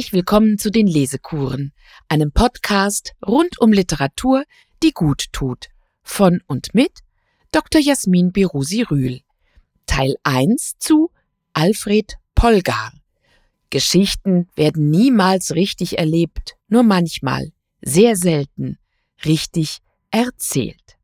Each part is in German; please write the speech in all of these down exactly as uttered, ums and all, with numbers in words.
Herzlich willkommen zu den Lesekuren, einem Podcast rund um Literatur, die gut tut. Von und mit Doktor Jasmin Berusi-Rühl. Teil eins zu Alfred Polgar. Geschichten werden niemals richtig erlebt, nur manchmal, sehr selten, richtig erzählt.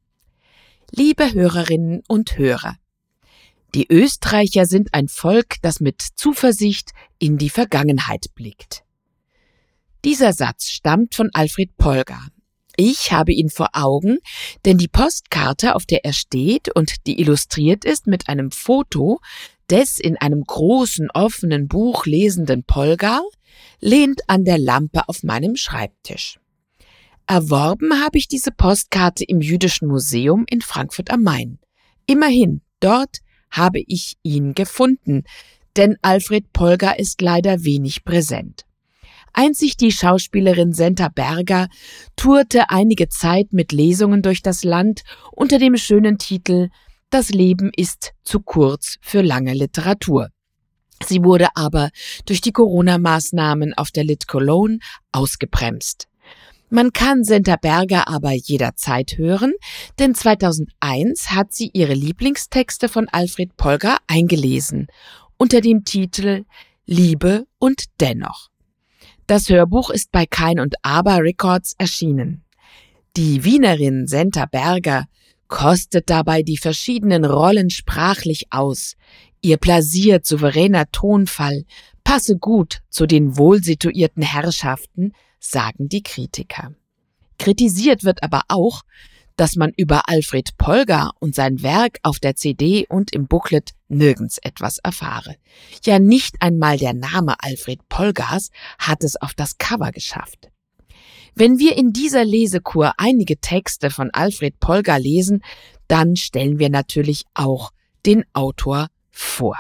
Liebe Hörerinnen und Hörer, die Österreicher sind ein Volk, das mit Zuversicht in die Vergangenheit blickt. Dieser Satz stammt von Alfred Polgar. Ich habe ihn vor Augen, denn die Postkarte, auf der er steht und die illustriert ist mit einem Foto des in einem großen offenen Buch lesenden Polgar, lehnt an der Lampe auf meinem Schreibtisch. Erworben habe ich diese Postkarte im Jüdischen Museum in Frankfurt am Main. Immerhin, dort habe ich ihn gefunden, denn Alfred Polgar ist leider wenig präsent. Einzig die Schauspielerin Senta Berger tourte einige Zeit mit Lesungen durch das Land unter dem schönen Titel »Das Leben ist zu kurz für lange Literatur«. Sie wurde aber durch die Corona-Maßnahmen auf der Lit Cologne ausgebremst. Man kann Senta Berger aber jederzeit hören, denn zweitausendeins hat sie ihre Lieblingstexte von Alfred Polgar eingelesen, unter dem Titel »Liebe und dennoch«. Das Hörbuch ist bei Kein und Aber Records erschienen. Die Wienerin Senta Berger kostet dabei die verschiedenen Rollen sprachlich aus. Ihr blasiert souveräner Tonfall passe gut zu den wohlsituierten Herrschaften, sagen die Kritiker. Kritisiert wird aber auch, dass man über Alfred Polgar und sein Werk auf der C D und im Booklet nirgends etwas erfahre. Ja, nicht einmal der Name Alfred Polgars hat es auf das Cover geschafft. Wenn wir in dieser Lesekur einige Texte von Alfred Polgar lesen, dann stellen wir natürlich auch den Autor vor.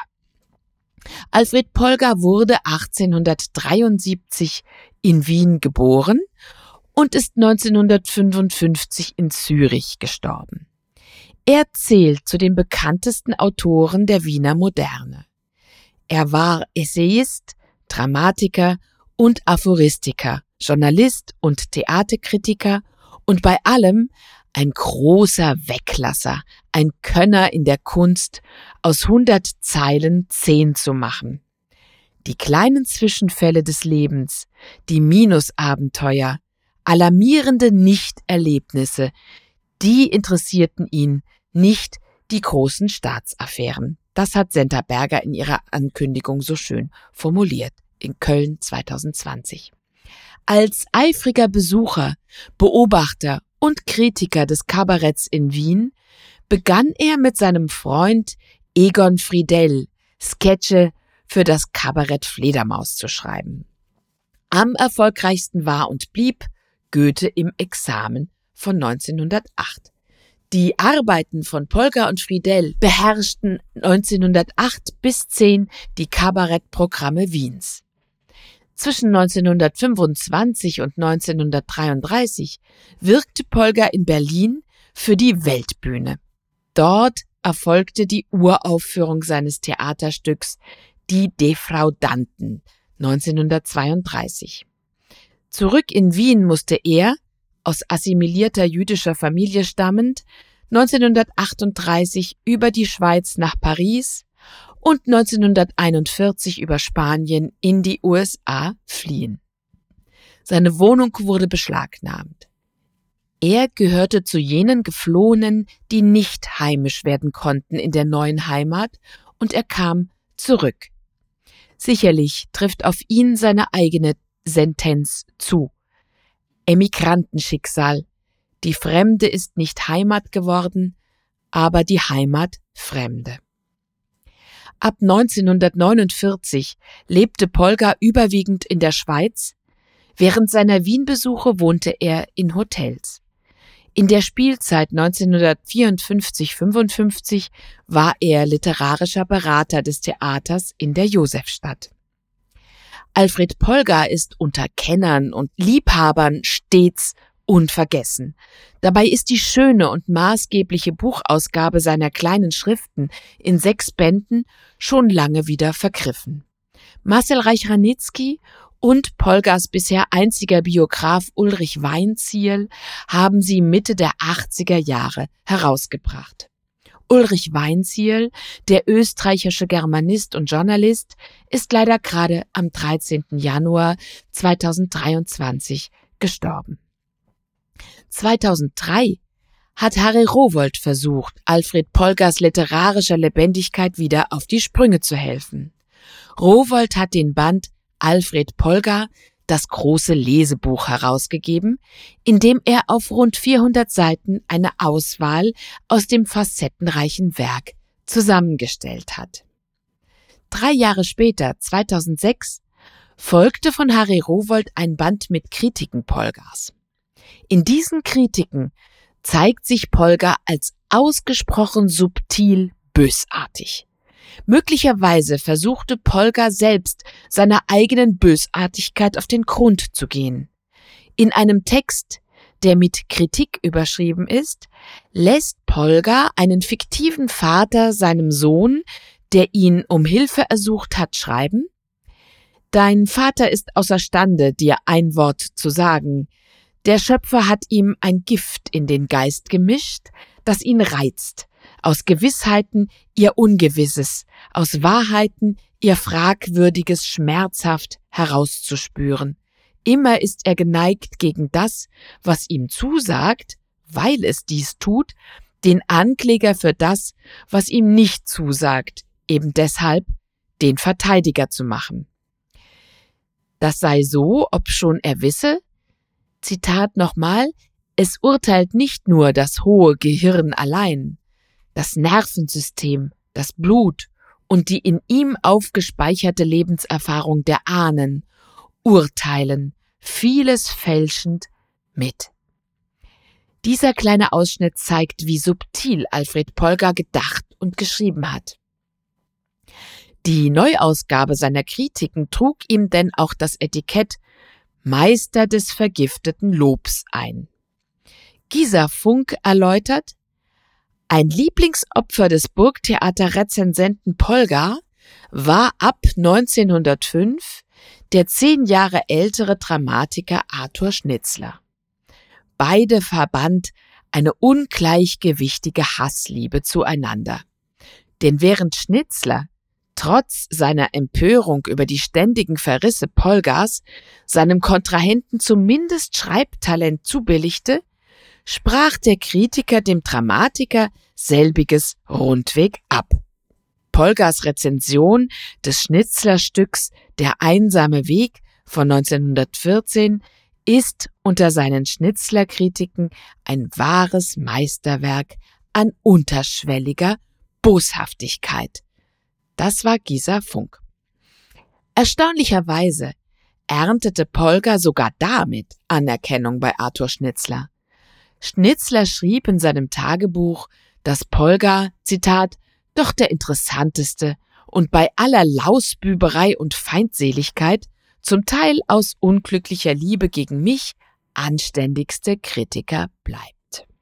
Alfred Polgar wurde achtzehnhundertdreiundsiebzig in Wien geboren und ist neunzehnhundertfünfundfünfzig in Zürich gestorben. Er zählt zu den bekanntesten Autoren der Wiener Moderne. Er war Essayist, Dramatiker und Aphoristiker, Journalist und Theaterkritiker und bei allem ein großer Weglasser, ein Könner in der Kunst, aus hundert Zeilen zehn zu machen. Die kleinen Zwischenfälle des Lebens, die Minusabenteuer, alarmierende Nichterlebnisse, die interessierten ihn, nicht die großen Staatsaffären. Das hat Senta Berger in ihrer Ankündigung so schön formuliert, in Köln zweitausendzwanzig. Als eifriger Besucher, Beobachter und Kritiker des Kabaretts in Wien begann er mit seinem Freund Egon Friedell Sketche für das Kabarett Fledermaus zu schreiben. Am erfolgreichsten war und blieb Goethe im Examen von neunzehnhundertacht. Die Arbeiten von Polgar und Friedell beherrschten neunzehnhundertacht bis zehn die Kabarettprogramme Wiens. Zwischen neunzehnhundertfünfundzwanzig und neunzehnhundertdreiunddreißig wirkte Polgar in Berlin für die Weltbühne. Dort erfolgte die Uraufführung seines Theaterstücks Die Defraudanten neunzehnhundertzweiunddreißig. Zurück in Wien musste er, aus assimilierter jüdischer Familie stammend, neunzehnhundertachtunddreißig über die Schweiz nach Paris und neunzehnhunderteinundvierzig über Spanien in die U S A fliehen. Seine Wohnung wurde beschlagnahmt. Er gehörte zu jenen Geflohenen, die nicht heimisch werden konnten in der neuen Heimat, und er kam zurück. Sicherlich trifft auf ihn seine eigene Sentenz zu. Emigrantenschicksal. Die Fremde ist nicht Heimat geworden, aber die Heimat Fremde. Ab neunzehnhundertneunundvierzig lebte Polgar überwiegend in der Schweiz. Während seiner Wien-Besuche wohnte er in Hotels. In der Spielzeit neunzehnhundertvierundfünfzig fünfundfünfzig war er literarischer Berater des Theaters in der Josefstadt. Alfred Polgar ist unter Kennern und Liebhabern stets unvergessen. Dabei ist die schöne und maßgebliche Buchausgabe seiner kleinen Schriften in sechs Bänden schon lange wieder vergriffen. Marcel Reich-Ranitzky und Polgars bisher einziger Biograf Ulrich Weinzierl haben sie Mitte der achtziger Jahre herausgebracht. Ulrich Weinzierl, der österreichische Germanist und Journalist, ist leider gerade am dreizehnten Januar zweitausenddreiundzwanzig gestorben. zweitausenddrei hat Harry Rowohlt versucht, Alfred Polgars literarischer Lebendigkeit wieder auf die Sprünge zu helfen. Rowohlt hat den Band Alfred Polgar, das große Lesebuch, herausgegeben, in dem er auf rund vierhundert Seiten eine Auswahl aus dem facettenreichen Werk zusammengestellt hat. Drei Jahre später, zweitausendsechs, folgte von Harry Rowohlt ein Band mit Kritiken Polgars. In diesen Kritiken zeigt sich Polgar als ausgesprochen subtil bösartig. Möglicherweise versuchte Polgar selbst, seiner eigenen Bösartigkeit auf den Grund zu gehen. In einem Text, der mit Kritik überschrieben ist, lässt Polgar einen fiktiven Vater seinem Sohn, der ihn um Hilfe ersucht hat, schreiben: »Dein Vater ist außerstande, dir ein Wort zu sagen. Der Schöpfer hat ihm ein Gift in den Geist gemischt, das ihn reizt. Aus Gewissheiten ihr Ungewisses, aus Wahrheiten ihr Fragwürdiges schmerzhaft herauszuspüren. Immer ist er geneigt gegen das, was ihm zusagt, weil es dies tut, den Ankläger für das, was ihm nicht zusagt, eben deshalb den Verteidiger zu machen. Das sei so, obschon er wisse, Zitat nochmal, es urteilt nicht nur das hohe Gehirn allein, das Nervensystem, das Blut und die in ihm aufgespeicherte Lebenserfahrung der Ahnen urteilen, vieles fälschend mit. Dieser kleine Ausschnitt zeigt, wie subtil Alfred Polgar gedacht und geschrieben hat. Die Neuausgabe seiner Kritiken trug ihm denn auch das Etikett Meister des vergifteten Lobs ein. Gisa Funk erläutert: Ein Lieblingsopfer des Burgtheater-Rezensenten Polgar war ab neunzehnhundertfünf der zehn Jahre ältere Dramatiker Arthur Schnitzler. Beide verband eine ungleichgewichtige Hassliebe zueinander. Denn während Schnitzler trotz seiner Empörung über die ständigen Verrisse Polgars seinem Kontrahenten zumindest Schreibtalent zubilligte, sprach der Kritiker dem Dramatiker selbiges rundweg ab. Polgars Rezension des Schnitzler-Stücks Der einsame Weg von neunzehnhundertvierzehn ist unter seinen Schnitzler-Kritiken ein wahres Meisterwerk an unterschwelliger Boshaftigkeit. Das war Gisa Funk. Erstaunlicherweise erntete Polgar sogar damit Anerkennung bei Arthur Schnitzler. Schnitzler schrieb in seinem Tagebuch, dass Polgar, Zitat, doch der interessanteste und bei aller Lausbüberei und Feindseligkeit, zum Teil aus unglücklicher Liebe gegen mich, anständigste Kritiker bleibt.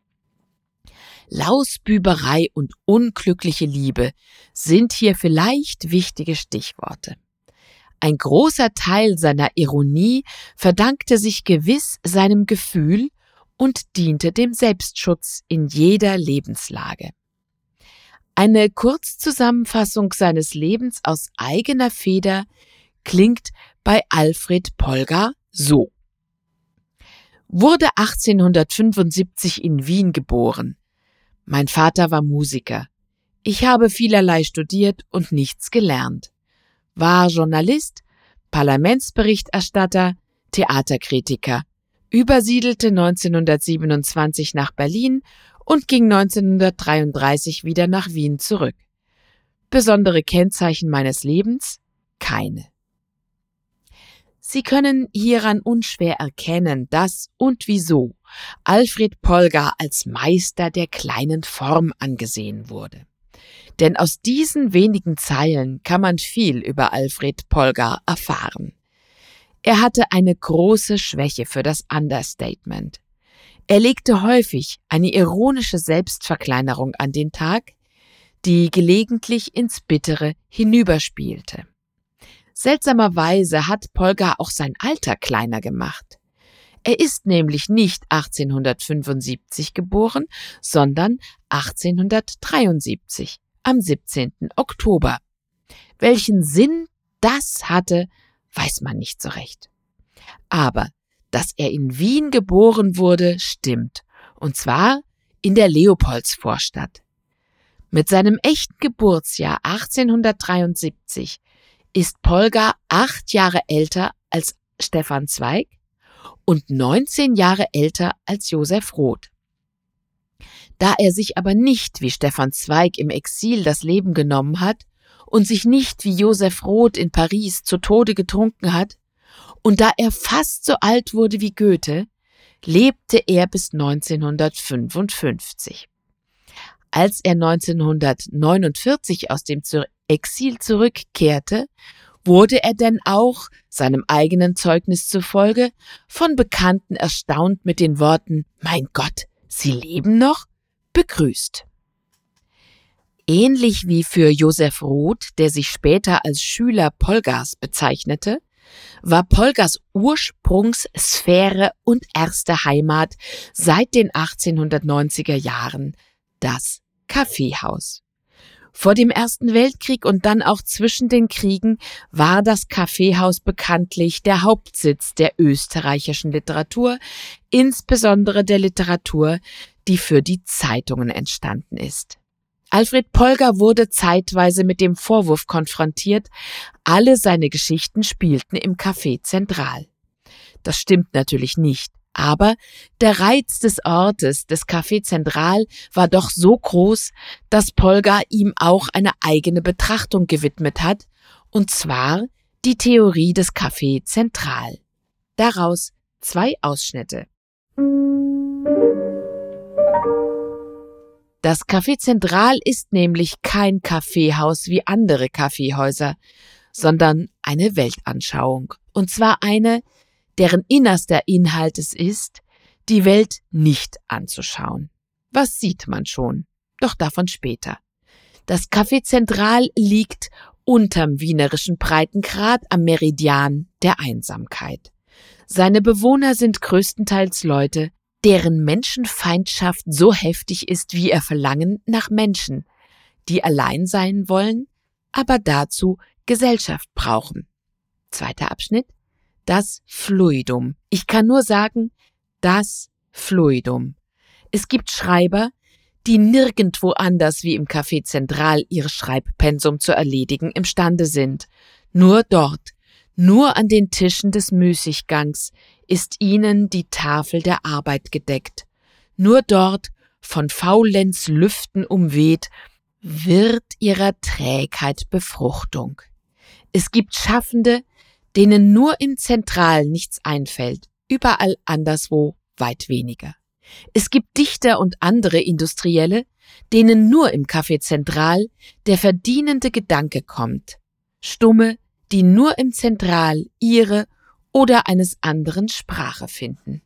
Lausbüberei und unglückliche Liebe sind hier vielleicht wichtige Stichworte. Ein großer Teil seiner Ironie verdankte sich gewiss seinem Gefühl und diente dem Selbstschutz in jeder Lebenslage. Eine Kurzzusammenfassung seines Lebens aus eigener Feder klingt bei Alfred Polgar so: Wurde achtzehnhundertfünfundsiebzig in Wien geboren. Mein Vater war Musiker. Ich habe vielerlei studiert und nichts gelernt. War Journalist, Parlamentsberichterstatter, Theaterkritiker, übersiedelte neunzehnhundertsiebenundzwanzig nach Berlin und ging neunzehnhundertdreiunddreißig wieder nach Wien zurück. Besondere Kennzeichen meines Lebens? Keine. Sie können hieran unschwer erkennen, dass und wieso Alfred Polgar als Meister der kleinen Form angesehen wurde. Denn aus diesen wenigen Zeilen kann man viel über Alfred Polgar erfahren. Er hatte eine große Schwäche für das Understatement. Er legte häufig eine ironische Selbstverkleinerung an den Tag, die gelegentlich ins Bittere hinüberspielte. Seltsamerweise hat Polgar auch sein Alter kleiner gemacht. Er ist nämlich nicht achtzehnhundertfünfundsiebzig geboren, sondern achtzehnhundertdreiundsiebzig, am siebzehnten Oktober. Welchen Sinn das hatte, weiß man nicht so recht. Aber, dass er in Wien geboren wurde, stimmt. Und zwar in der Leopoldsvorstadt. Mit seinem echten Geburtsjahr achtzehnhundertdreiundsiebzig ist Polgar acht Jahre älter als Stefan Zweig und neunzehn Jahre älter als Josef Roth. Da er sich aber nicht wie Stefan Zweig im Exil das Leben genommen hat und sich nicht wie Josef Roth in Paris zu Tode getrunken hat, und da er fast so alt wurde wie Goethe, lebte er bis neunzehnhundertfünfundfünfzig. Als er neunzehnhundertneunundvierzig aus dem Exil zurückkehrte, wurde er denn auch, seinem eigenen Zeugnis zufolge, von Bekannten erstaunt mit den Worten »Mein Gott, Sie leben noch?« begrüßt. Ähnlich wie für Josef Roth, der sich später als Schüler Polgars bezeichnete, war Polgars Ursprungssphäre und erste Heimat seit den achtzehnhundertneunziger Jahren das Kaffeehaus. Vor dem Ersten Weltkrieg und dann auch zwischen den Kriegen war das Kaffeehaus bekanntlich der Hauptsitz der österreichischen Literatur, insbesondere der Literatur, die für die Zeitungen entstanden ist. Alfred Polgar wurde zeitweise mit dem Vorwurf konfrontiert, alle seine Geschichten spielten im Café Zentral. Das stimmt natürlich nicht, aber der Reiz des Ortes, des Café Zentral, war doch so groß, dass Polgar ihm auch eine eigene Betrachtung gewidmet hat, und zwar die Theorie des Café Zentral. Daraus zwei Ausschnitte. Das Café Zentral ist nämlich kein Kaffeehaus wie andere Kaffeehäuser, sondern eine Weltanschauung. Und zwar eine, deren innerster Inhalt es ist, die Welt nicht anzuschauen. Was sieht man schon? Doch davon später. Das Café Zentral liegt unterm wienerischen Breitengrad am Meridian der Einsamkeit. Seine Bewohner sind größtenteils Leute, deren Menschenfeindschaft so heftig ist wie ihr Verlangen nach Menschen, die allein sein wollen, aber dazu Gesellschaft brauchen. Zweiter Abschnitt. Das Fluidum. Ich kann nur sagen, das Fluidum. Es gibt Schreiber, die nirgendwo anders wie im Café Zentral ihr Schreibpensum zu erledigen imstande sind. Nur dort, nur an den Tischen des Müßiggangs ist ihnen die Tafel der Arbeit gedeckt. Nur dort, von Faulenz Lüften umweht, wird ihrer Trägheit Befruchtung. Es gibt Schaffende, denen nur im Zentral nichts einfällt, überall anderswo weit weniger. Es gibt Dichter und andere Industrielle, denen nur im Café Zentral der verdienende Gedanke kommt. Stumme, die nur im Zentral ihre oder eines anderen Sprache finden.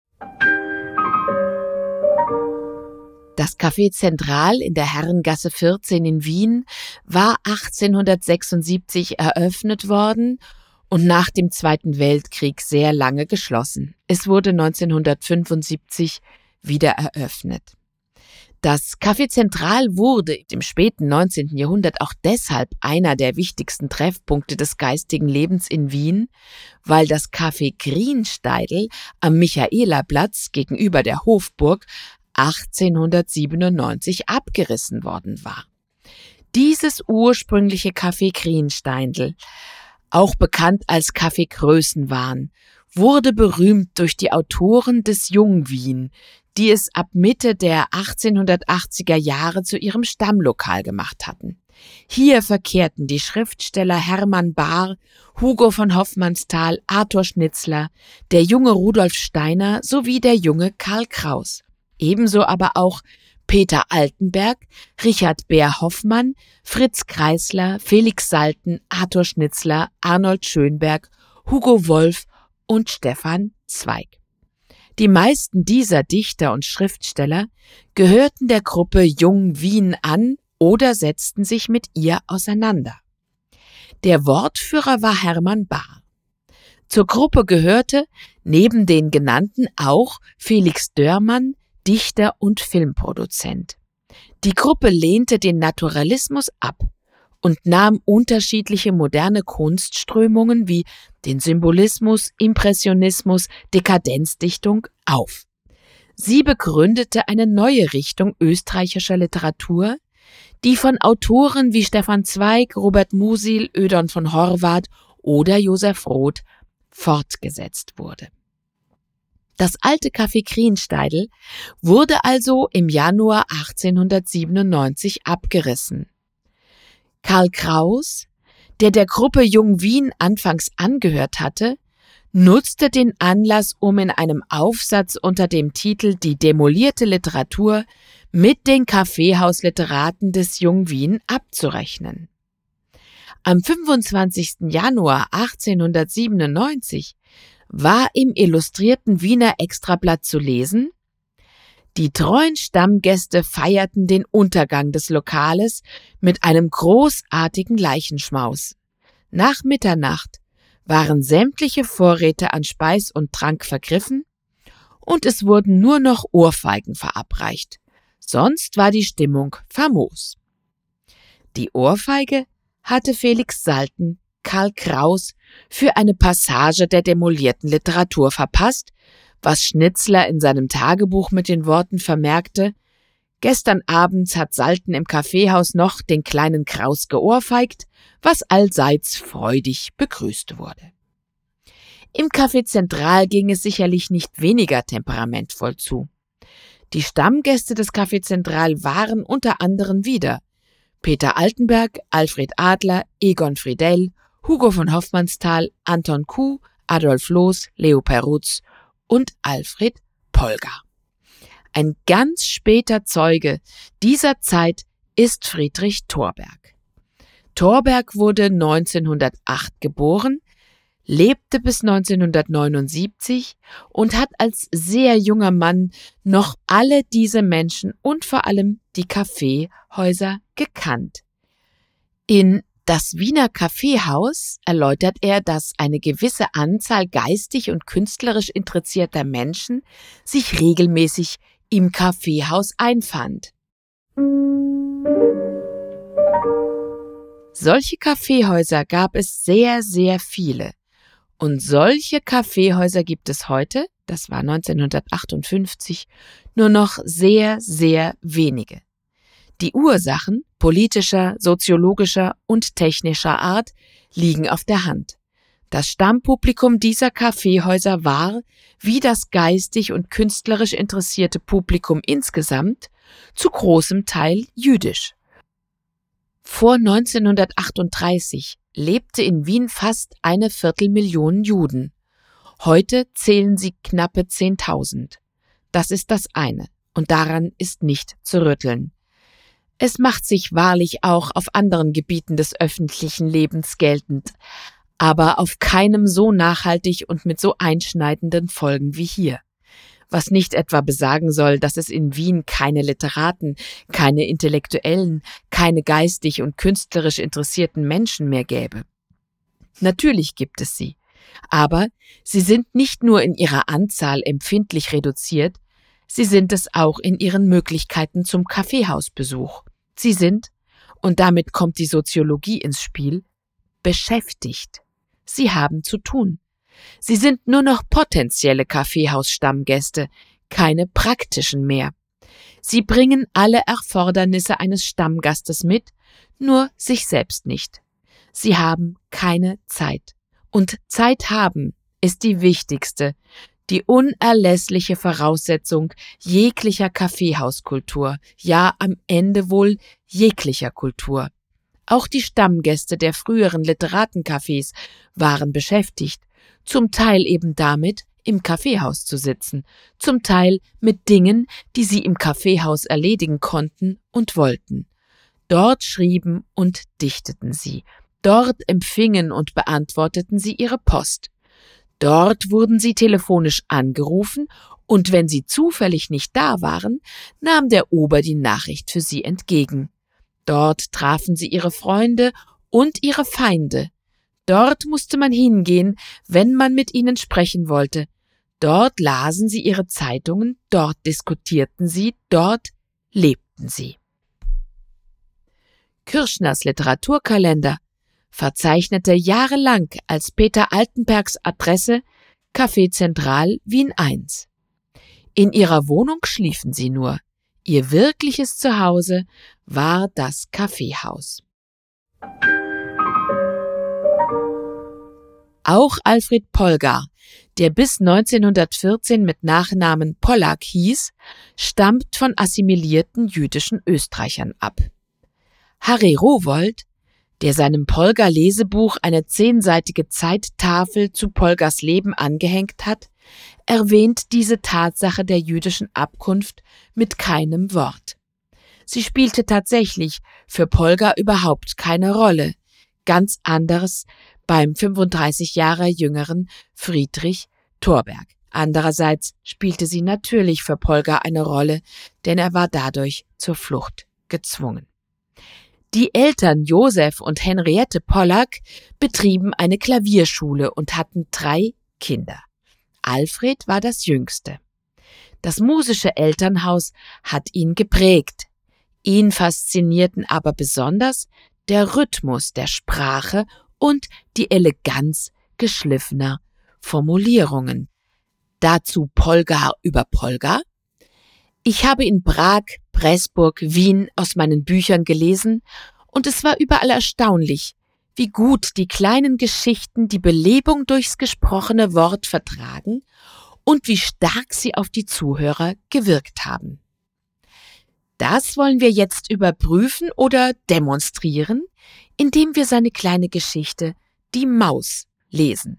Das Café Zentral in der Herrengasse vierzehn in Wien war achtzehnhundertsechsundsiebzig eröffnet worden und nach dem Zweiten Weltkrieg sehr lange geschlossen. Es wurde neunzehnhundertfünfundsiebzig wieder eröffnet. Das Café Zentral wurde im späten neunzehnten Jahrhundert auch deshalb einer der wichtigsten Treffpunkte des geistigen Lebens in Wien, weil das Café Griensteidl am Michaelerplatz gegenüber der Hofburg achtzehnhundertsiebenundneunzig abgerissen worden war. Dieses ursprüngliche Café Griensteidl, auch bekannt als Café Größenwahn, wurde berühmt durch die Autoren des Jungwien, die es ab Mitte der achtzehnhundertachtziger Jahre zu ihrem Stammlokal gemacht hatten. Hier verkehrten die Schriftsteller Hermann Bahr, Hugo von Hofmannsthal, Arthur Schnitzler, der junge Rudolf Steiner sowie der junge Karl Kraus. Ebenso aber auch Peter Altenberg, Richard Beer-Hoffmann, Fritz Kreisler, Felix Salten, Arthur Schnitzler, Arnold Schönberg, Hugo Wolf und Stefan Zweig. Die meisten dieser Dichter und Schriftsteller gehörten der Gruppe Jung Wien an oder setzten sich mit ihr auseinander. Der Wortführer war Hermann Bahr. Zur Gruppe gehörte neben den genannten auch Felix Dörrmann, Dichter und Filmproduzent. Die Gruppe lehnte den Naturalismus ab und nahm unterschiedliche moderne Kunstströmungen wie den Symbolismus, Impressionismus, Dekadenzdichtung auf. Sie begründete eine neue Richtung österreichischer Literatur, die von Autoren wie Stefan Zweig, Robert Musil, Ödon von Horvath oder Josef Roth fortgesetzt wurde. Das alte Café Kriensteidl wurde also im Januar achtzehnhundertsiebenundneunzig abgerissen. Karl Kraus, der der Gruppe Jung Wien anfangs angehört hatte, nutzte den Anlass, um in einem Aufsatz unter dem Titel »Die demolierte Literatur« mit den Kaffeehausliteraten des Jung Wien abzurechnen. Am fünfundzwanzigsten Januar achtzehnhundertsiebenundneunzig war im illustrierten Wiener Extrablatt zu lesen: Die treuen Stammgäste feierten den Untergang des Lokales mit einem großartigen Leichenschmaus. Nach Mitternacht waren sämtliche Vorräte an Speis und Trank vergriffen und es wurden nur noch Ohrfeigen verabreicht. Sonst war die Stimmung famos. Die Ohrfeige hatte Felix Salten Karl Kraus für eine Passage der demolierten Literatur verpasst, was Schnitzler in seinem Tagebuch mit den Worten vermerkte: Gestern abends hat Salten im Kaffeehaus noch den kleinen Kraus geohrfeigt, was allseits freudig begrüßt wurde. Im Café Zentral ging es sicherlich nicht weniger temperamentvoll zu. Die Stammgäste des Café Zentral waren unter anderem wieder Peter Altenberg, Alfred Adler, Egon Friedell, Hugo von Hofmannsthal, Anton Kuh, Adolf Loos, Leo Perutz und Alfred Polgar. Ein ganz später Zeuge dieser Zeit ist Friedrich Thorberg. Thorberg wurde neunzehnhundertacht geboren, lebte bis neunzehnhundertneunundsiebzig und hat als sehr junger Mann noch alle diese Menschen und vor allem die Kaffeehäuser gekannt. In Das Wiener Kaffeehaus erläutert er, dass eine gewisse Anzahl geistig und künstlerisch interessierter Menschen sich regelmäßig im Kaffeehaus einfand. Solche Kaffeehäuser gab es sehr, sehr viele. Und solche Kaffeehäuser gibt es heute, das war neunzehnhundertachtundfünfzig, nur noch sehr, sehr wenige. Die Ursachen politischer, soziologischer und technischer Art liegen auf der Hand. Das Stammpublikum dieser Kaffeehäuser war, wie das geistig und künstlerisch interessierte Publikum insgesamt, zu großem Teil jüdisch. Vor neunzehnhundertachtunddreißig lebte in Wien fast eine Viertelmillion Juden. Heute zählen sie knappe zehntausend. Das ist das eine, und daran ist nicht zu rütteln. Es macht sich wahrlich auch auf anderen Gebieten des öffentlichen Lebens geltend, aber auf keinem so nachhaltig und mit so einschneidenden Folgen wie hier. Was nicht etwa besagen soll, dass es in Wien keine Literaten, keine Intellektuellen, keine geistig und künstlerisch interessierten Menschen mehr gäbe. Natürlich gibt es sie, aber sie sind nicht nur in ihrer Anzahl empfindlich reduziert, sie sind es auch in ihren Möglichkeiten zum Kaffeehausbesuch. Sie sind, und damit kommt die Soziologie ins Spiel, beschäftigt. Sie haben zu tun. Sie sind nur noch potenzielle Kaffeehausstammgäste, keine praktischen mehr. Sie bringen alle Erfordernisse eines Stammgastes mit, nur sich selbst nicht. Sie haben keine Zeit. Und Zeit haben ist die wichtigste, die unerlässliche Voraussetzung jeglicher Kaffeehauskultur, ja am Ende wohl jeglicher Kultur. Auch die Stammgäste der früheren Literatencafés waren beschäftigt, zum Teil eben damit, im Kaffeehaus zu sitzen, zum Teil mit Dingen, die sie im Kaffeehaus erledigen konnten und wollten. Dort schrieben und dichteten sie, dort empfingen und beantworteten sie ihre Post. Dort wurden sie telefonisch angerufen und wenn sie zufällig nicht da waren, nahm der Ober die Nachricht für sie entgegen. Dort trafen sie ihre Freunde und ihre Feinde, Dort musste man hingehen, wenn man mit ihnen sprechen wollte. Dort lasen sie ihre Zeitungen, dort diskutierten sie, dort lebten sie. Kürschners Literaturkalender verzeichnete jahrelang als Peter Altenbergs Adresse Café Zentral Wien eins. In ihrer Wohnung schliefen sie nur. Ihr wirkliches Zuhause war das Kaffeehaus. Auch Alfred Polgar, der bis neunzehnhundertvierzehn mit Nachnamen Pollack hieß, stammt von assimilierten jüdischen Österreichern ab. Harry Rowohlt, der seinem Polgar-Lesebuch eine zehnseitige Zeittafel zu Polgars Leben angehängt hat, erwähnt diese Tatsache der jüdischen Abkunft mit keinem Wort. Sie spielte tatsächlich für Polgar überhaupt keine Rolle. Ganz anderes beim fünfunddreißig Jahre jüngeren Friedrich Thorberg. Andererseits spielte sie natürlich für Polgar eine Rolle, denn er war dadurch zur Flucht gezwungen. Die Eltern Josef und Henriette Pollack betrieben eine Klavierschule und hatten drei Kinder. Alfred war das Jüngste. Das musische Elternhaus hat ihn geprägt. Ihn faszinierten aber besonders der Rhythmus der Sprache und die Eleganz geschliffener Formulierungen. Dazu Polgar über Polgar. Ich habe in Prag, Pressburg, Wien aus meinen Büchern gelesen und es war überall erstaunlich, wie gut die kleinen Geschichten die Belebung durchs gesprochene Wort vertragen und wie stark sie auf die Zuhörer gewirkt haben. Das wollen wir jetzt überprüfen oder demonstrieren, indem wir seine kleine Geschichte Die Maus lesen.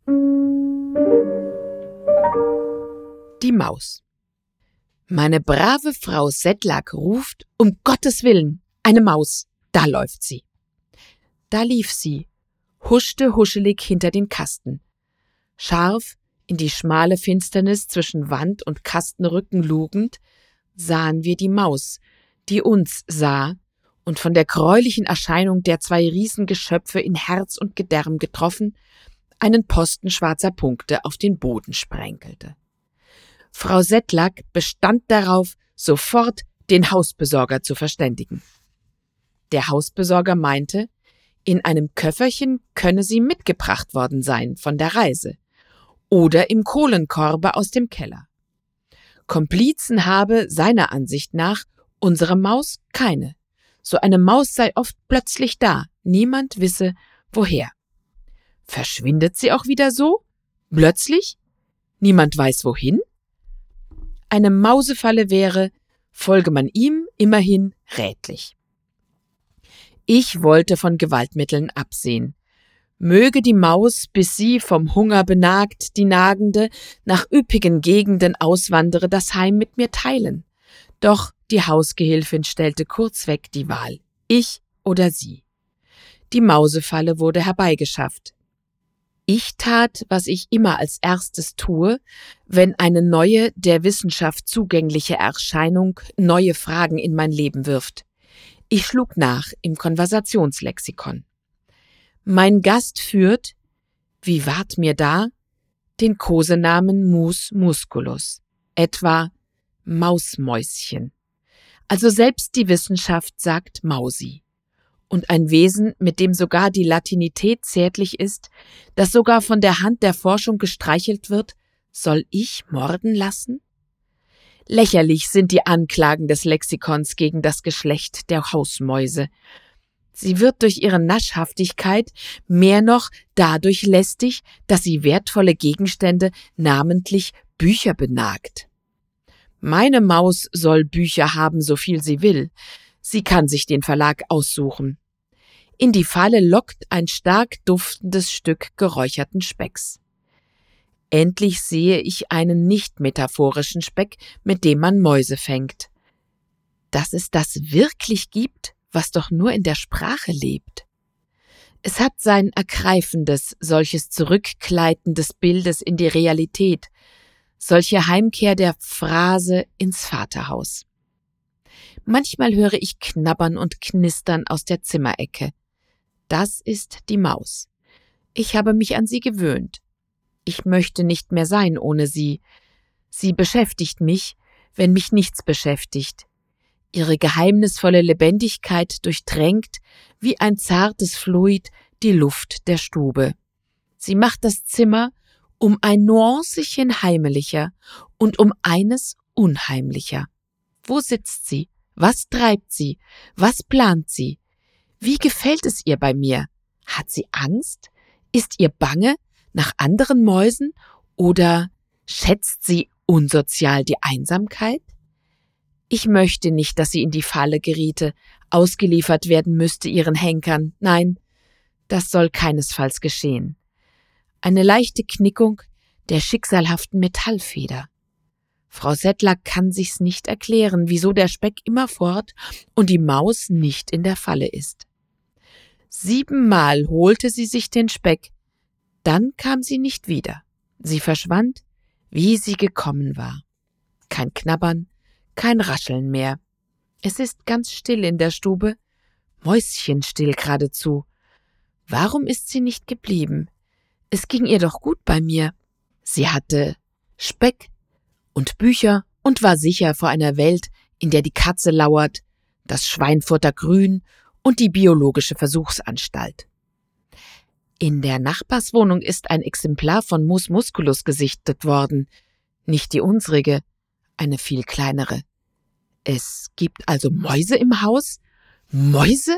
Die Maus. Meine brave Frau Sedlak ruft, um Gottes Willen, eine Maus, da läuft sie. Da lief sie, huschte huschelig hinter den Kasten. Scharf in die schmale Finsternis zwischen Wand und Kastenrücken lugend, sahen wir die Maus, die uns sah und von der gräulichen Erscheinung der zwei Riesengeschöpfe in Herz und Gedärm getroffen, einen Posten schwarzer Punkte auf den Boden sprenkelte. Frau Sedlak bestand darauf, sofort den Hausbesorger zu verständigen. Der Hausbesorger meinte, in einem Köfferchen könne sie mitgebracht worden sein von der Reise oder im Kohlenkorbe aus dem Keller. Komplizen habe seiner Ansicht nach unsere Maus keine. So eine Maus sei oft plötzlich da, niemand wisse woher. Verschwindet sie auch wieder so? Plötzlich? Niemand weiß wohin? Eine Mausefalle wäre, folge man ihm immerhin rätlich. Ich wollte von Gewaltmitteln absehen. Möge die Maus, bis sie vom Hunger benagt, die Nagende, nach üppigen Gegenden auswandere, das Heim mit mir teilen. Doch die Hausgehilfin stellte kurzweg die Wahl, ich oder sie. Die Mausefalle wurde herbeigeschafft. Ich tat, was ich immer als erstes tue, wenn eine neue, der Wissenschaft zugängliche Erscheinung neue Fragen in mein Leben wirft. Ich schlug nach im Konversationslexikon. Mein Gast führt, wie ward mir da, den Kosenamen Mus musculus, etwa Mausmäuschen. Also selbst die Wissenschaft sagt Mausi. Und ein Wesen, mit dem sogar die Latinität zärtlich ist, das sogar von der Hand der Forschung gestreichelt wird, soll ich morden lassen? Lächerlich sind die Anklagen des Lexikons gegen das Geschlecht der Hausmäuse. Sie wird durch ihre Naschhaftigkeit mehr noch dadurch lästig, dass sie wertvolle Gegenstände, namentlich Bücher, benagt. Meine Maus soll Bücher haben, so viel sie will. Sie kann sich den Verlag aussuchen. In die Falle lockt ein stark duftendes Stück geräucherten Specks. Endlich sehe ich einen nicht metaphorischen Speck, mit dem man Mäuse fängt. Dass es das wirklich gibt, was doch nur in der Sprache lebt. Es hat sein Ergreifendes, solches Zurückgleiten des Bildes in die Realität, solche Heimkehr der Phrase ins Vaterhaus. Manchmal höre ich Knabbern und Knistern aus der Zimmerecke. Das ist die Maus. Ich habe mich an sie gewöhnt. Ich möchte nicht mehr sein ohne sie. Sie beschäftigt mich, wenn mich nichts beschäftigt. Ihre geheimnisvolle Lebendigkeit durchdrängt wie ein zartes Fluid die Luft der Stube. Sie macht das Zimmer um ein Nuancchen heimeliger und um eines unheimlicher. Wo sitzt sie? Was treibt sie? Was plant sie? Wie gefällt es ihr bei mir? Hat sie Angst? Ist ihr bange nach anderen Mäusen? Oder schätzt sie unsozial die Einsamkeit? Ich möchte nicht, dass sie in die Falle geriete, ausgeliefert werden müsste ihren Henkern. Nein, das soll keinesfalls geschehen. Eine leichte Knickung der schicksalhaften Metallfeder. Frau Settler kann sich's nicht erklären, wieso der Speck immerfort und die Maus nicht in der Falle ist. Siebenmal holte sie sich den Speck, dann kam sie nicht wieder. Sie verschwand, wie sie gekommen war. Kein Knabbern, kein Rascheln mehr. Es ist ganz still in der Stube, mäuschenstill geradezu. Warum ist sie nicht geblieben? Es ging ihr doch gut bei mir. Sie hatte Speck und Bücher und war sicher vor einer Welt, in der die Katze lauert, das Schweinfurter Grün und die biologische Versuchsanstalt. In der Nachbarswohnung ist ein Exemplar von Mus musculus gesichtet worden, nicht die unsrige, eine viel kleinere. Es gibt also Mäuse im Haus? Mäuse?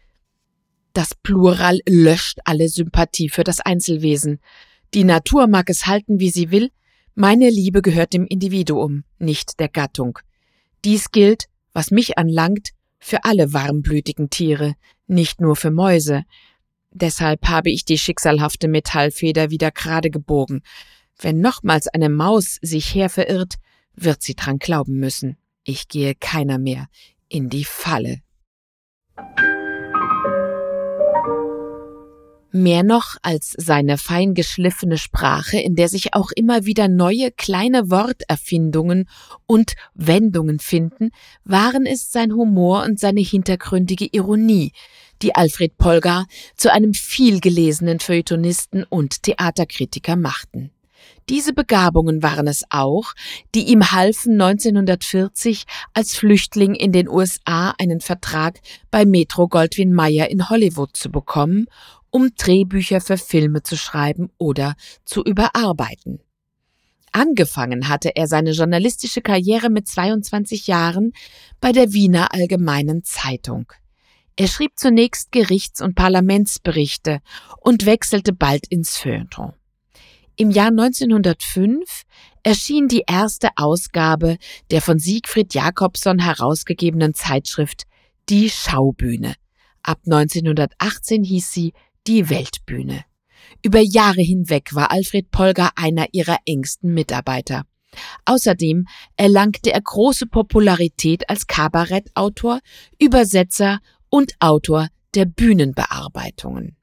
Das Plural löscht alle Sympathie für das Einzelwesen. Die Natur mag es halten, wie sie will, meine Liebe gehört dem Individuum, nicht der Gattung. Dies gilt, was mich anlangt, für alle warmblütigen Tiere, nicht nur für Mäuse. Deshalb habe ich die schicksalhafte Metallfeder wieder gerade gebogen. Wenn nochmals eine Maus sich herverirrt, wird sie dran glauben müssen. Ich gehe keiner mehr in die Falle. Mehr noch als seine fein geschliffene Sprache, in der sich auch immer wieder neue kleine Worterfindungen und Wendungen finden, waren es sein Humor und seine hintergründige Ironie, die Alfred Polgar zu einem vielgelesenen Feuilletonisten und Theaterkritiker machten. Diese Begabungen waren es auch, die ihm halfen, neunzehnhundertvierzig als Flüchtling in den U S A einen Vertrag bei Metro-Goldwyn-Mayer in Hollywood zu bekommen, um Drehbücher für Filme zu schreiben oder zu überarbeiten. Angefangen hatte er seine journalistische Karriere mit zweiundzwanzig Jahren bei der Wiener Allgemeinen Zeitung. Er schrieb zunächst Gerichts- und Parlamentsberichte und wechselte bald ins Feuilleton. Im Jahr neunzehnhundertfünf erschien die erste Ausgabe der von Siegfried Jacobson herausgegebenen Zeitschrift Die Schaubühne. Ab neunzehnhundertachtzehn hieß sie Die Weltbühne. Über Jahre hinweg war Alfred Polgar einer ihrer engsten Mitarbeiter. Außerdem erlangte er große Popularität als Kabarettautor, Übersetzer und Autor der Bühnenbearbeitungen.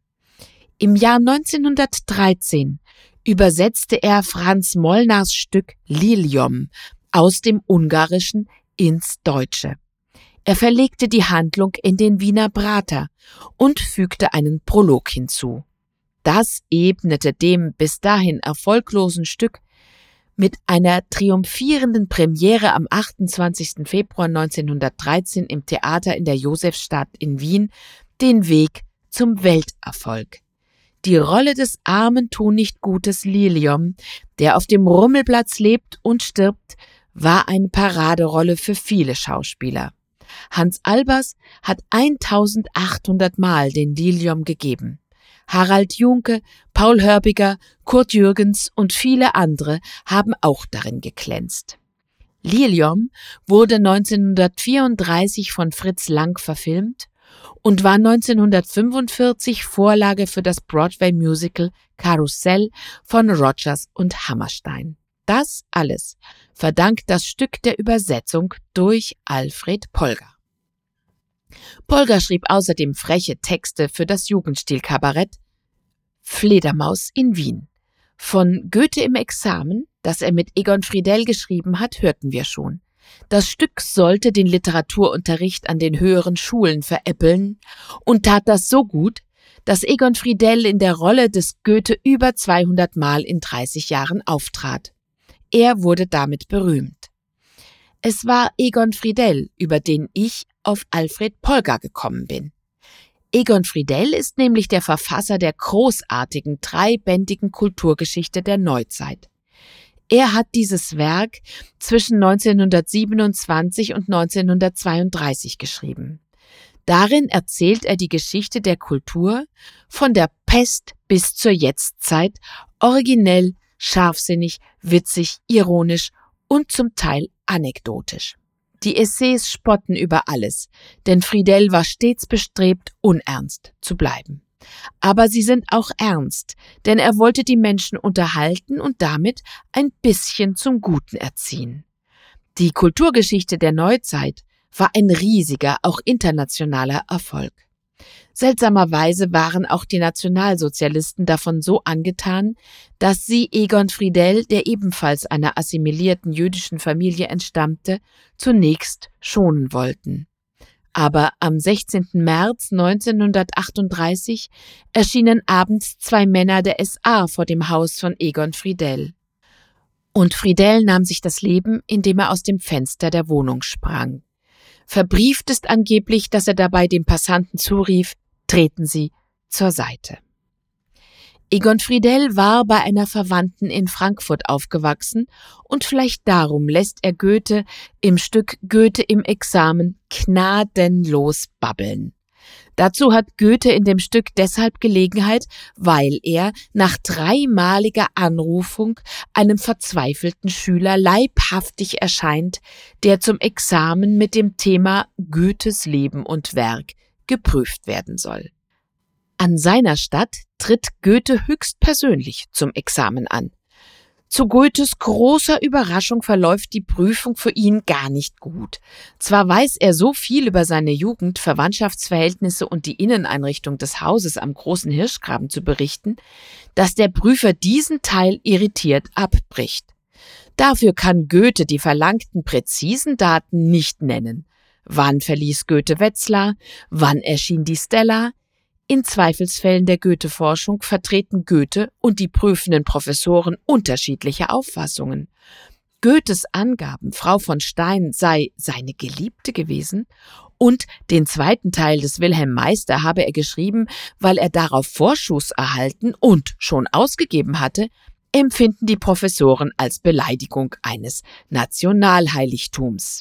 Im Jahr neunzehnhundertdreizehn übersetzte er Franz Molnars Stück Liliom aus dem Ungarischen ins Deutsche. Er verlegte die Handlung in den Wiener Prater und fügte einen Prolog hinzu. Das ebnete dem bis dahin erfolglosen Stück mit einer triumphierenden Premiere am achtundzwanzigsten Februar neunzehnhundertdreizehn im Theater in der Josefstadt in Wien den Weg zum Welterfolg. Die Rolle des armen Tunichtgutes Liliom, der auf dem Rummelplatz lebt und stirbt, war eine Paraderolle für viele Schauspieler. Hans Albers hat eintausendachthundert Mal den Liliom gegeben. Harald Junke, Paul Hörbiger, Kurt Jürgens und viele andere haben auch darin geglänzt. Liliom wurde neunzehnhundertvierunddreißig von Fritz Lang verfilmt und war neunzehnhundertfünfundvierzig Vorlage für das Broadway-Musical Karussell von Rodgers und Hammerstein. Das alles verdankt das Stück der Übersetzung durch Alfred Polgar. Polgar schrieb außerdem freche Texte für das Jugendstil-Kabarett Fledermaus in Wien. Von Goethe im Examen, das er mit Egon Friedell geschrieben hat, hörten wir schon. Das Stück sollte den Literaturunterricht an den höheren Schulen veräppeln und tat das so gut, dass Egon Friedell in der Rolle des Goethe über zweihundert Mal in dreißig Jahren auftrat. Er wurde damit berühmt. Es war Egon Friedell, über den ich auf Alfred Polger gekommen bin. Egon Friedell ist nämlich der Verfasser der großartigen, dreibändigen Kulturgeschichte der Neuzeit. Er hat dieses Werk zwischen neunzehnhundertsiebenundzwanzig und neunzehnhundertzweiunddreißig geschrieben. Darin erzählt er die Geschichte der Kultur von der Pest bis zur Jetztzeit, originell, scharfsinnig, witzig, ironisch und zum Teil anekdotisch. Die Essays spotten über alles, denn Friedell war stets bestrebt, unernst zu bleiben. Aber sie sind auch ernst, denn er wollte die Menschen unterhalten und damit ein bisschen zum Guten erziehen. Die Kulturgeschichte der Neuzeit war ein riesiger, auch internationaler Erfolg. Seltsamerweise waren auch die Nationalsozialisten davon so angetan, dass sie Egon Friedell, der ebenfalls einer assimilierten jüdischen Familie entstammte, zunächst schonen wollten. Aber am sechzehnten März neunzehnhundertachtunddreißig erschienen abends zwei Männer der S A vor dem Haus von Egon Friedell. Und Friedell nahm sich das Leben, indem er aus dem Fenster der Wohnung sprang. Verbrieft ist angeblich, dass er dabei dem Passanten zurief: Treten Sie zur Seite. Egon Friedell war bei einer Verwandten in Frankfurt aufgewachsen und vielleicht darum lässt er Goethe im Stück Goethe im Examen gnadenlos babbeln. Dazu hat Goethe in dem Stück deshalb Gelegenheit, weil er nach dreimaliger Anrufung einem verzweifelten Schüler leibhaftig erscheint, der zum Examen mit dem Thema Goethes Leben und Werk geprüft werden soll. An seiner Statt tritt Goethe höchstpersönlich zum Examen an. Zu Goethes großer Überraschung verläuft die Prüfung für ihn gar nicht gut. Zwar weiß er so viel über seine Jugend, Verwandtschaftsverhältnisse und die Inneneinrichtung des Hauses am Großen Hirschgraben zu berichten, dass der Prüfer diesen Teil irritiert abbricht. Dafür kann Goethe die verlangten präzisen Daten nicht nennen. Wann verließ Goethe Wetzlar? Wann erschien die Stella? In Zweifelsfällen der Goethe-Forschung vertreten Goethe und die prüfenden Professoren unterschiedliche Auffassungen. Goethes Angaben, Frau von Stein sei seine Geliebte gewesen und den zweiten Teil des Wilhelm Meister habe er geschrieben, weil er darauf Vorschuss erhalten und schon ausgegeben hatte, empfinden die Professoren als Beleidigung eines Nationalheiligtums.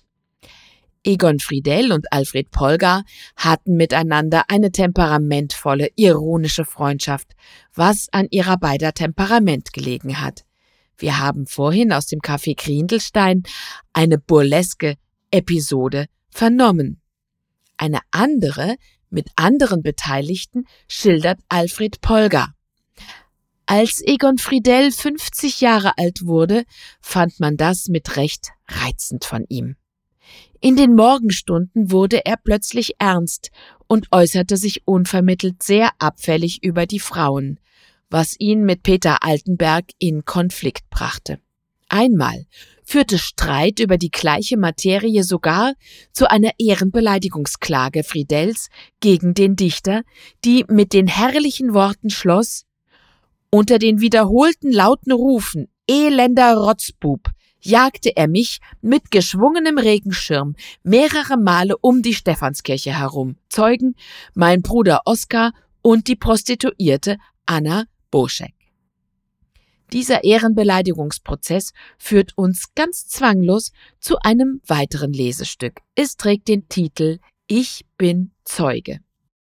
Egon Friedell und Alfred Polger hatten miteinander eine temperamentvolle, ironische Freundschaft, was an ihrer beider Temperament gelegen hat. Wir haben vorhin aus dem Café Grindelstein eine burleske Episode vernommen. Eine andere, mit anderen Beteiligten, schildert Alfred Polger. Als Egon Friedell fünfzig Jahre alt wurde, fand man das mit Recht reizend von ihm. In den Morgenstunden wurde er plötzlich ernst und äußerte sich unvermittelt sehr abfällig über die Frauen, was ihn mit Peter Altenberg in Konflikt brachte. Einmal führte Streit über die gleiche Materie sogar zu einer Ehrenbeleidigungsklage Friedells gegen den Dichter, die mit den herrlichen Worten schloss: Unter den wiederholten lauten Rufen »Elender Rotzbub« jagte er mich mit geschwungenem Regenschirm mehrere Male um die Stephanskirche herum. Zeugen mein Bruder Oskar und die Prostituierte Anna Boschek. Dieser Ehrenbeleidigungsprozess führt uns ganz zwanglos zu einem weiteren Lesestück. Es trägt den Titel »Ich bin Zeuge«.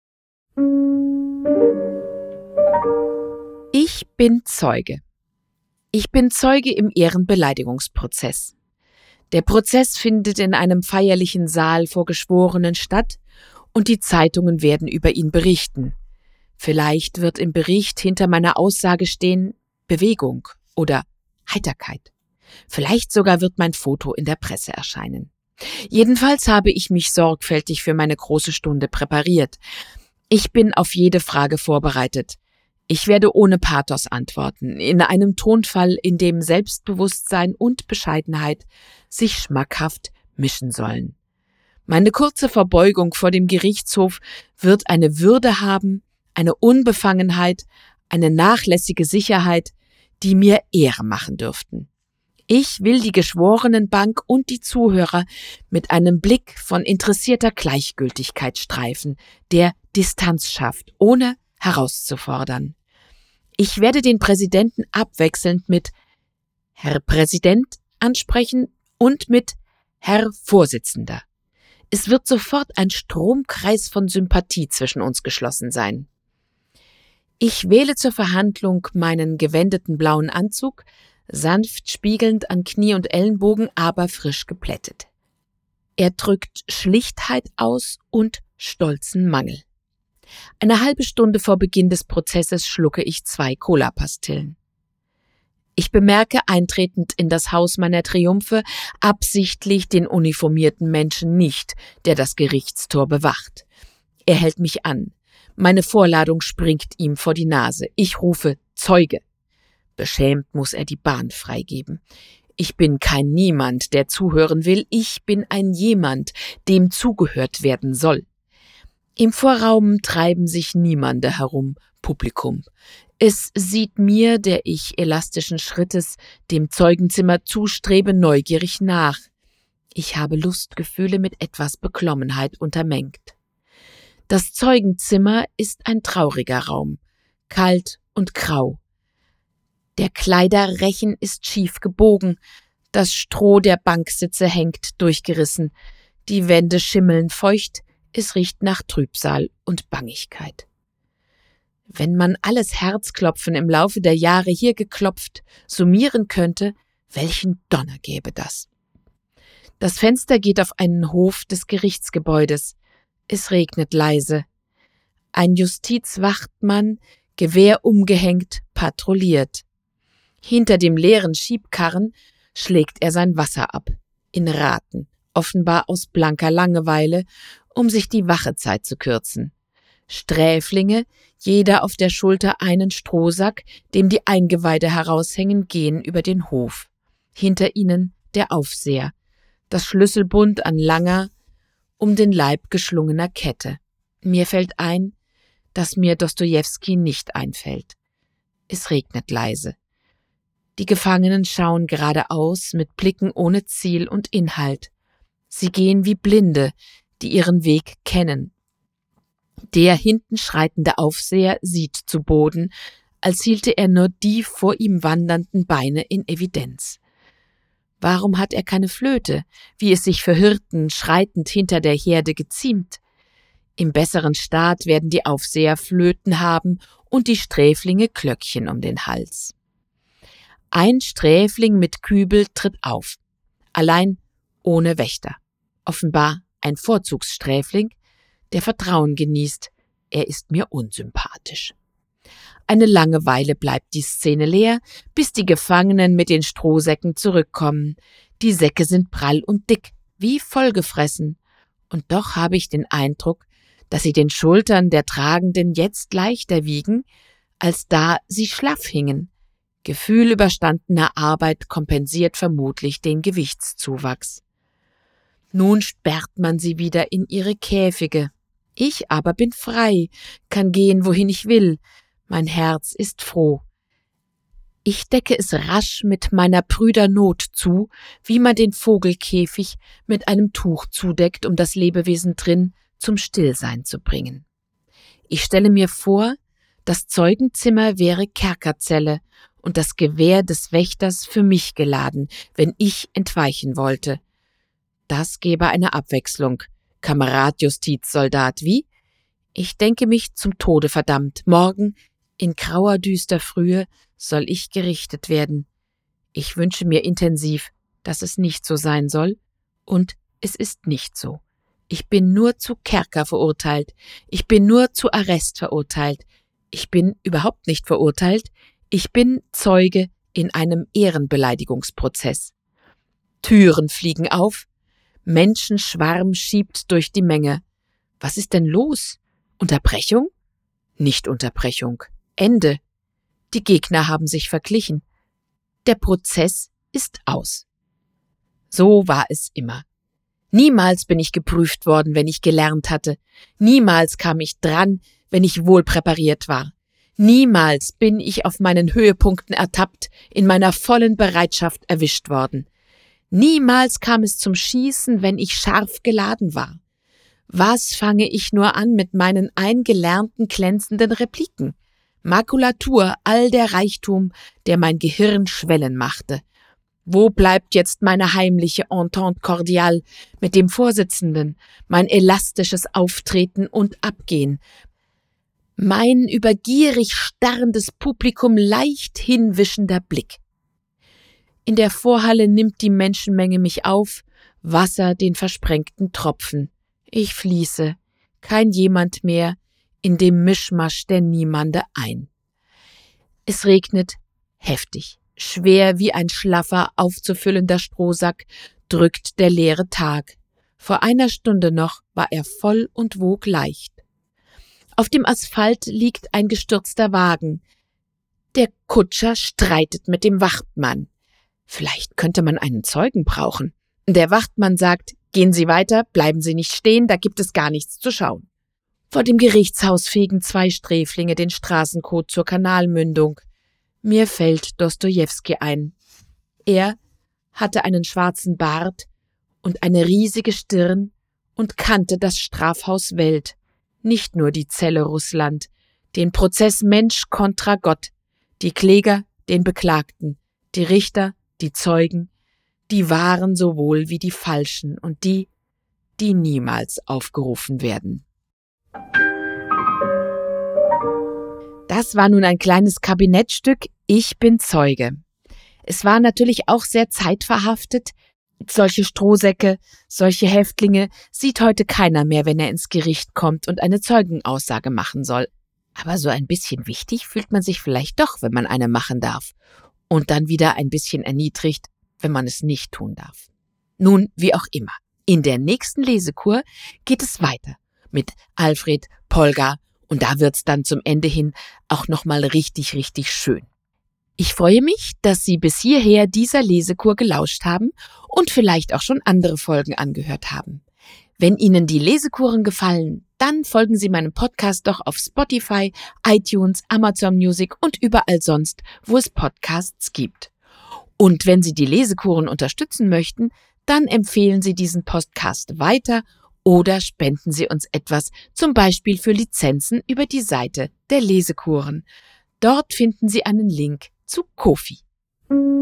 Ich bin Zeuge. Ich bin Zeuge im Ehrenbeleidigungsprozess. Der Prozess findet in einem feierlichen Saal vor Geschworenen statt und die Zeitungen werden über ihn berichten. Vielleicht wird im Bericht hinter meiner Aussage stehen Bewegung oder Heiterkeit. Vielleicht sogar wird mein Foto in der Presse erscheinen. Jedenfalls habe ich mich sorgfältig für meine große Stunde präpariert. Ich bin auf jede Frage vorbereitet. Ich werde ohne Pathos antworten, in einem Tonfall, in dem Selbstbewusstsein und Bescheidenheit sich schmackhaft mischen sollen. Meine kurze Verbeugung vor dem Gerichtshof wird eine Würde haben, eine Unbefangenheit, eine nachlässige Sicherheit, die mir Ehre machen dürften. Ich will die Geschworenenbank und die Zuhörer mit einem Blick von interessierter Gleichgültigkeit streifen, der Distanz schafft, ohne herauszufordern. Ich werde den Präsidenten abwechselnd mit Herr Präsident ansprechen und mit Herr Vorsitzender. Es wird sofort ein Stromkreis von Sympathie zwischen uns geschlossen sein. Ich wähle zur Verhandlung meinen gewendeten blauen Anzug, sanft spiegelnd an Knie und Ellenbogen, aber frisch geplättet. Er drückt Schlichtheit aus und stolzen Mangel. Eine halbe Stunde vor Beginn des Prozesses schlucke ich zwei Cola-Pastillen. Ich bemerke eintretend in das Haus meiner Triumphe absichtlich den uniformierten Menschen nicht, der das Gerichtstor bewacht. Er hält mich an. Meine Vorladung springt ihm vor die Nase. Ich rufe Zeuge. Beschämt muss er die Bahn freigeben. Ich bin kein Niemand, der zuhören will. Ich bin ein Jemand, dem zugehört werden soll. Im Vorraum treiben sich Niemande herum, Publikum. Es sieht mir, der ich elastischen Schrittes dem Zeugenzimmer zustrebe, neugierig nach. Ich habe Lustgefühle mit etwas Beklommenheit untermengt. Das Zeugenzimmer ist ein trauriger Raum, kalt und grau. Der Kleiderrechen ist schief gebogen, das Stroh der Banksitze hängt durchgerissen, die Wände schimmeln feucht, es riecht nach Trübsal und Bangigkeit. Wenn man alles Herzklopfen im Laufe der Jahre hier geklopft summieren könnte, welchen Donner gäbe das? Das Fenster geht auf einen Hof des Gerichtsgebäudes. Es regnet leise. Ein Justizwachtmann, Gewehr umgehängt, patrouilliert. Hinter dem leeren Schiebkarren schlägt er sein Wasser ab, in Raten, offenbar aus blanker Langeweile, um sich die Wachezeit zu kürzen. Sträflinge, jeder auf der Schulter einen Strohsack, dem die Eingeweide heraushängen, gehen über den Hof. Hinter ihnen der Aufseher, das Schlüsselbund an langer, um den Leib geschlungener Kette. Mir fällt ein, dass mir Dostojewski nicht einfällt. Es regnet leise. Die Gefangenen schauen geradeaus mit Blicken ohne Ziel und Inhalt. Sie gehen wie Blinde, die ihren Weg kennen. Der hinten schreitende Aufseher sieht zu Boden, als hielte er nur die vor ihm wandernden Beine in Evidenz. Warum hat er keine Flöte, wie es sich für Hirten schreitend hinter der Herde geziemt? Im besseren Staat werden die Aufseher Flöten haben und die Sträflinge Glöckchen um den Hals. Ein Sträfling mit Kübel tritt auf, allein ohne Wächter. Offenbar ein Vorzugssträfling, der Vertrauen genießt, er ist mir unsympathisch. Eine lange Weile bleibt die Szene leer, bis die Gefangenen mit den Strohsäcken zurückkommen. Die Säcke sind prall und dick, wie vollgefressen, und doch habe ich den Eindruck, dass sie den Schultern der Tragenden jetzt leichter wiegen, als da sie schlaff hingen. Gefühl überstandener Arbeit kompensiert vermutlich den Gewichtszuwachs. Nun sperrt man sie wieder in ihre Käfige. Ich aber bin frei, kann gehen, wohin ich will. Mein Herz ist froh. Ich decke es rasch mit meiner Brüder Not zu, wie man den Vogelkäfig mit einem Tuch zudeckt, um das Lebewesen drin zum Stillsein zu bringen. Ich stelle mir vor, das Zeugenzimmer wäre Kerkerzelle und das Gewehr des Wächters für mich geladen, wenn ich entweichen wollte. Das gäbe eine Abwechslung. Kamerad Justizsoldat, wie? Ich denke mich zum Tode verdammt. Morgen, in grauer düster Frühe, soll ich gerichtet werden. Ich wünsche mir intensiv, dass es nicht so sein soll, und es ist nicht so. Ich bin nur zu Kerker verurteilt. Ich bin nur zu Arrest verurteilt. Ich bin überhaupt nicht verurteilt. Ich bin Zeuge in einem Ehrenbeleidigungsprozess. Türen fliegen auf. Menschenschwarm schiebt durch die Menge. Was ist denn los? Unterbrechung? Nicht Unterbrechung. Ende. Die Gegner haben sich verglichen. Der Prozess ist aus. So war es immer. Niemals bin ich geprüft worden, wenn ich gelernt hatte. Niemals kam ich dran, wenn ich wohl präpariert war. Niemals bin ich auf meinen Höhepunkten ertappt, in meiner vollen Bereitschaft erwischt worden. Niemals kam es zum Schießen, wenn ich scharf geladen war. Was fange ich nur an mit meinen eingelernten, glänzenden Repliken? Makulatur, all der Reichtum, der mein Gehirn schwellen machte. Wo bleibt jetzt meine heimliche Entente cordiale mit dem Vorsitzenden, mein elastisches Auftreten und Abgehen, mein über gierig starrendes Publikum leicht hinwischender Blick? In der Vorhalle nimmt die Menschenmenge mich auf, Wasser den versprengten Tropfen. Ich fließe, kein jemand mehr, in dem Mischmasch der Niemande ein. Es regnet heftig, schwer wie ein schlaffer, aufzufüllender Strohsack drückt der leere Tag. Vor einer Stunde noch war er voll und wog leicht. Auf dem Asphalt liegt ein gestürzter Wagen. Der Kutscher streitet mit dem Wachtmann. Vielleicht könnte man einen Zeugen brauchen. Der Wachtmann sagt, gehen Sie weiter, bleiben Sie nicht stehen, da gibt es gar nichts zu schauen. Vor dem Gerichtshaus fegen zwei Sträflinge den Straßencode zur Kanalmündung. Mir fällt Dostojewski ein. Er hatte einen schwarzen Bart und eine riesige Stirn und kannte das Strafhaus Welt, nicht nur die Zelle Russland, den Prozess Mensch kontra Gott, die Kläger, den Beklagten, die Richter, die Zeugen, die wahren sowohl wie die falschen und die, die niemals aufgerufen werden. Das war nun ein kleines Kabinettstück Ich bin Zeuge. Es war natürlich auch sehr zeitverhaftet. Solche Strohsäcke, solche Häftlinge sieht heute keiner mehr, wenn er ins Gericht kommt und eine Zeugenaussage machen soll. Aber so ein bisschen wichtig fühlt man sich vielleicht doch, wenn man eine machen darf. Und dann wieder ein bisschen erniedrigt, wenn man es nicht tun darf. Nun, wie auch immer. In der nächsten Lesekur geht es weiter mit Alfred Polgar und da wird's dann zum Ende hin auch nochmal richtig, richtig schön. Ich freue mich, dass Sie bis hierher dieser Lesekur gelauscht haben und vielleicht auch schon andere Folgen angehört haben. Wenn Ihnen die Lesekuren gefallen, dann folgen Sie meinem Podcast doch auf Spotify, iTunes, Amazon Music und überall sonst, wo es Podcasts gibt. Und wenn Sie die Lesekuren unterstützen möchten, dann empfehlen Sie diesen Podcast weiter oder spenden Sie uns etwas, zum Beispiel für Lizenzen über die Seite der Lesekuren. Dort finden Sie einen Link zu Ko-fi.